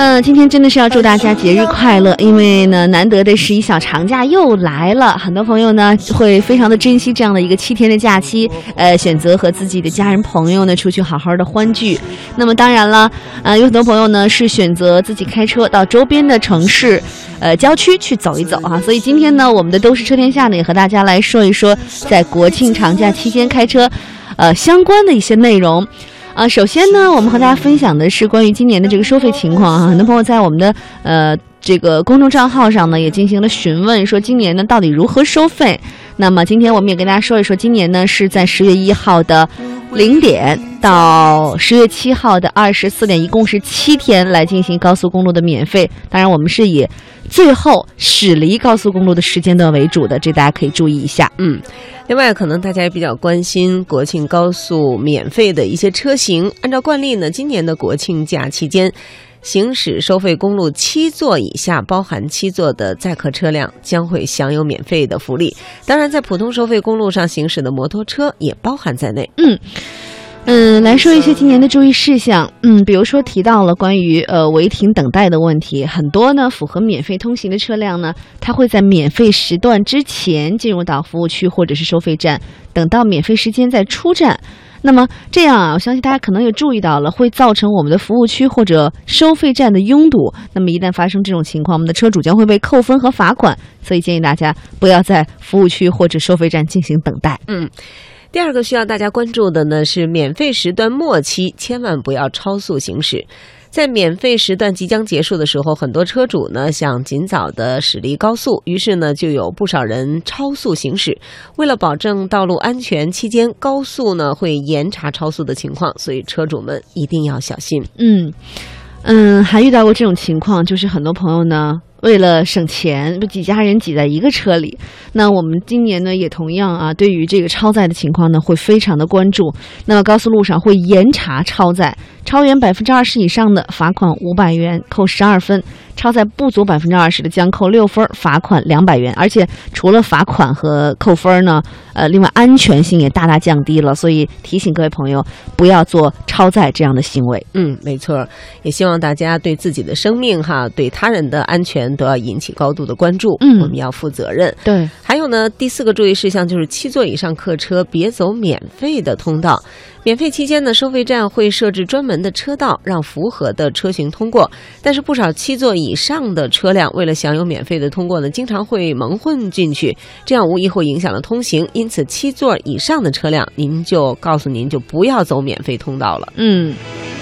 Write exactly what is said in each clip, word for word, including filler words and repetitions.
嗯、呃，今天真的是要祝大家节日快乐，因为呢，难得的十一小长假又来了，很多朋友呢会非常的珍惜这样的一个七天的假期，呃，选择和自己的家人朋友呢出去好好的欢聚。那么当然了，呃，有很多朋友呢是选择自己开车到周边的城市，呃，郊区去走一走啊。所以今天呢，我们的都市车天下呢也和大家来说一说在国庆长假期间开车，呃，相关的一些内容。啊，首先呢，我们和大家分享的是关于今年的这个收费情况啊。很多朋友在我们的呃这个公众账号上呢，也进行了询问，说今年呢到底如何收费。那么今天我们也跟大家说一说，今年呢是在十月一号的零点到十月七号的二十四点，一共是七天来进行高速公路的免费。当然，我们是以最后驶离高速公路的时间段为主的，这大家可以注意一下。 嗯。另外，可能大家也比较关心国庆高速免费的一些车型。按照惯例呢，今年的国庆假期间，行驶收费公路七座以下，包含七座的载客车辆将会享有免费的福利。当然，在普通收费公路上行驶的摩托车也包含在内。 嗯。嗯，来说一些今年的注意事项。嗯，比如说提到了关于呃违停等待的问题，很多呢符合免费通行的车辆呢，它会在免费时段之前进入到服务区或者是收费站，等到免费时间再出站。那么这样啊，我相信大家可能也注意到了，会造成我们的服务区或者收费站的拥堵。那么一旦发生这种情况，我们的车主将会被扣分和罚款，所以建议大家不要在服务区或者收费站进行等待。 嗯。第二个需要大家关注的呢是免费时段末期，千万不要超速行驶。在免费时段即将结束的时候，很多车主呢想尽早的驶离高速，于是呢就有不少人超速行驶。为了保证道路安全，期间高速呢会严查超速的情况，所以车主们一定要小心。 嗯嗯，还遇到过这种情况，就是很多朋友呢为了省钱，几家人挤在一个车里。那我们今年呢，也同样啊，对于这个超载的情况呢，会非常的关注。那么高速路上会严查超载，超员百分之二十以上的罚款五百元，扣十二分；超载不足百分之二十的将扣六分，罚款两百元。而且除了罚款和扣分呢，呃，另外安全性也大大降低了。所以提醒各位朋友，不要做超载这样的行为。 嗯，没错，也希望大家对自己的生命哈，对他人的安全都要引起高度的关注。嗯，我们要负责任。 对。 还有呢，第四个注意事项就是七座以上客车别走免费的通道。免费期间呢，收费站会设置专门的车道，让符合的车型通过。但是不少七座以上的车辆为了享有免费的通过呢，经常会蒙混进去，这样无疑会影响了通行。因此，七座以上的车辆，您就告诉您就不要走免费通道了。 嗯。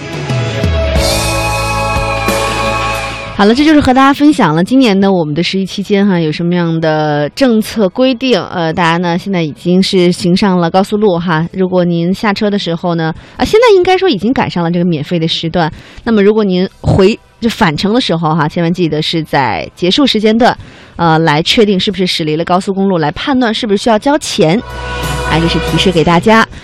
好了，这就是和大家分享了今年呢我们的十一期间哈有什么样的政策规定。呃，大家呢现在已经是行上了高速路哈。如果您下车的时候呢，啊，现在应该说已经赶上了这个免费的时段。那么如果您回就返程的时候哈，千万记得是在结束时间段，呃，来确定是不是驶离了高速公路，来判断是不是需要交钱。啊，这是提示给大家。